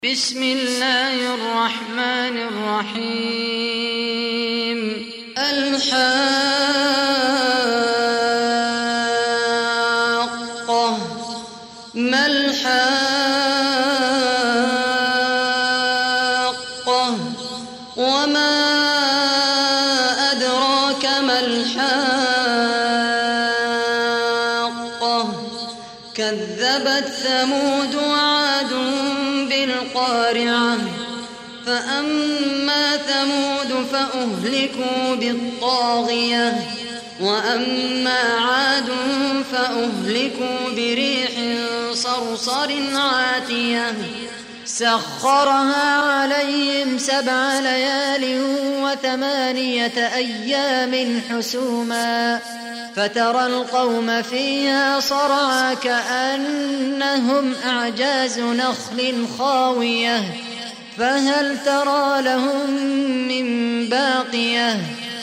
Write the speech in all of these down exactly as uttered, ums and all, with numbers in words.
بسم الله الرحمن الرحيم. الحاقة ما الحاقة وما أدراك ما الحاقة كذبت ثمود وعاد بالقارعة فأما ثمود فأهلكوا بالطاغية وأما عاد فأهلكوا بريح صرصر عاتية سخرها عليهم سبع ليال وثمانية أيام حسوما فترى القوم فيها صرعى كأنهم أعجاز نخل خاوية فهل ترى لهم من باقية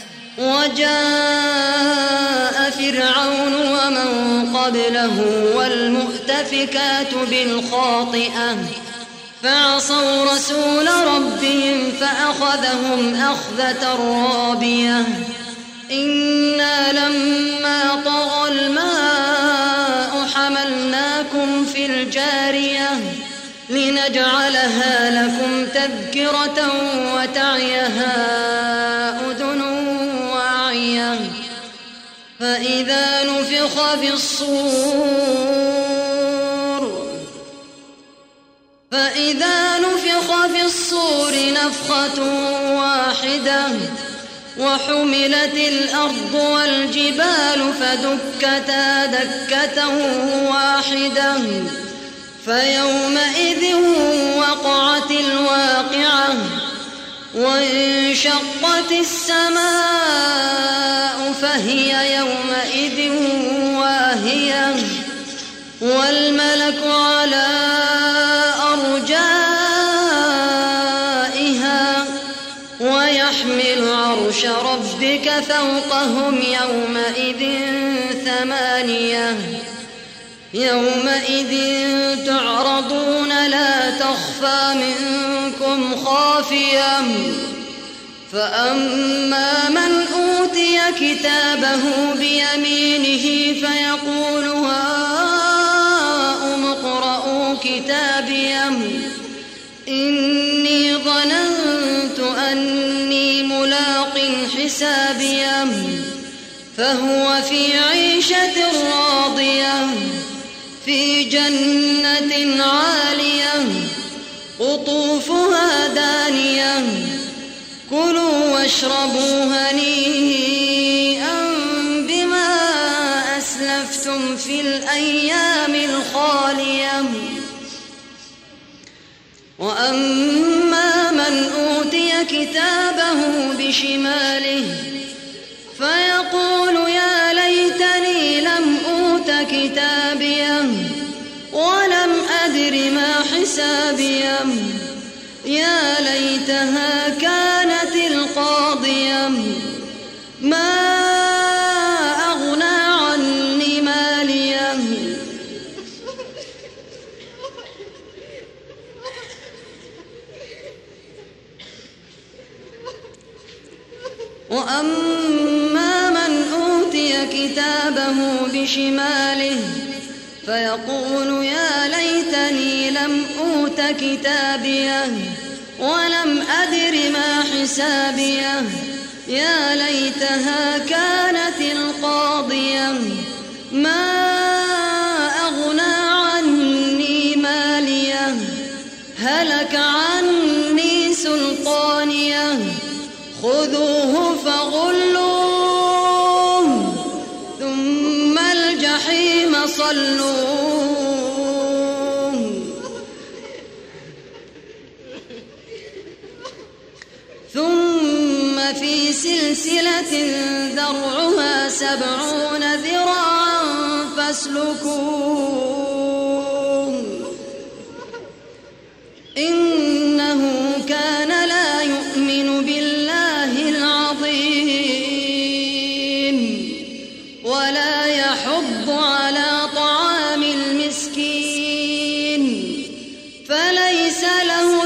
وجاء فرعون ومن قبله والمؤتفكات بالخاطئة فعصوا رسول ربهم فأخذهم أخذة رابية إنا لما طغى الماء حملناكم في الجارية لنجعلها لكم تذكرة وتعيها أذن واعية فإذا نفخ في الصور فإذا نفخ في الصور نفخة واحدة وحملت الأرض والجبال فدكتا دكة واحدة فيومئذ وقعت الواقعة وانشقت السماء فهي يومئذ واهية والملك على أرجائها ويحمل عرش ربك فوقهم يومئذ ثمانية يومئذ تعرضون لا تخفى منكم خافية فأما من أوتي كتابه بيمينه فيقول هاؤم اقرءوا كتابيه إني ظننت أني ملاق حسابيه فهو في عيشة راضية في جنة عالية قطوفها دانية كلوا واشربوا هنيئا بما أسلفتم في الأيام الخالية وأما من أوتي كتابه بشماله فيقول يا ليتني لم أوت كتابيه ولم أدر ما حسابيه يا ليتها كانت القاضية ما أغنى عني ماليه وأما من أوتي كتابه بشماله فيقول يا ليتني لم أوت كتابيه ولم أدر ما حسابيه يا ليتها كانت القاضية ما أغنى عني ماليه هلك عني سلطانيه خذوه فغلوه ثم الجحيم صلوه ثم في سلسلة ذرعها سبعون ذراعا فاسلكوه إنه كان لا يؤمن بالله العظيم ولا يحض على طعام المسكين فليس له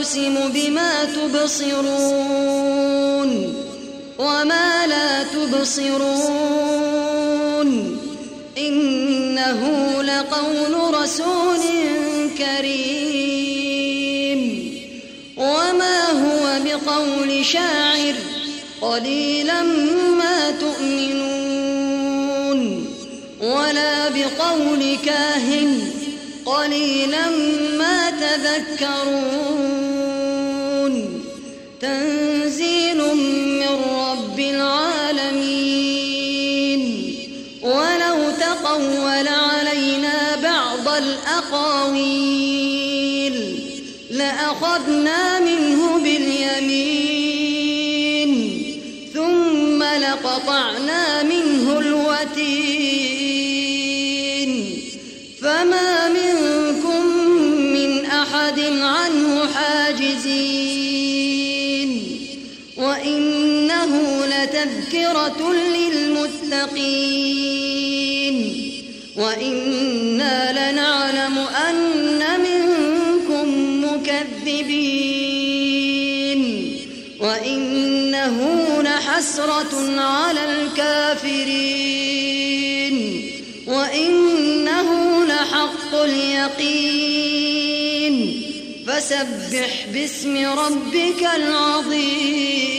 أقسم بما تبصرون وما لا تبصرون إنه لقول رسول كريم وما هو بقول شاعر قليلا ما تؤمنون ولا بقول كاهن قليلا ما تذكرون تنزيل من رب العالمين ولو تقول علينا بعض الأقاويل لأخذنا منه باليمين ثم لقطعنا منه الوتين فما منكم من أحد عنه حاجزين وإنه لتذكرة للمتقين وإنا لنعلم أن منكم مكذبين وإنه لحسرة على الكافرين وإنه لحق اليقين فسبح باسم ربك العظيم.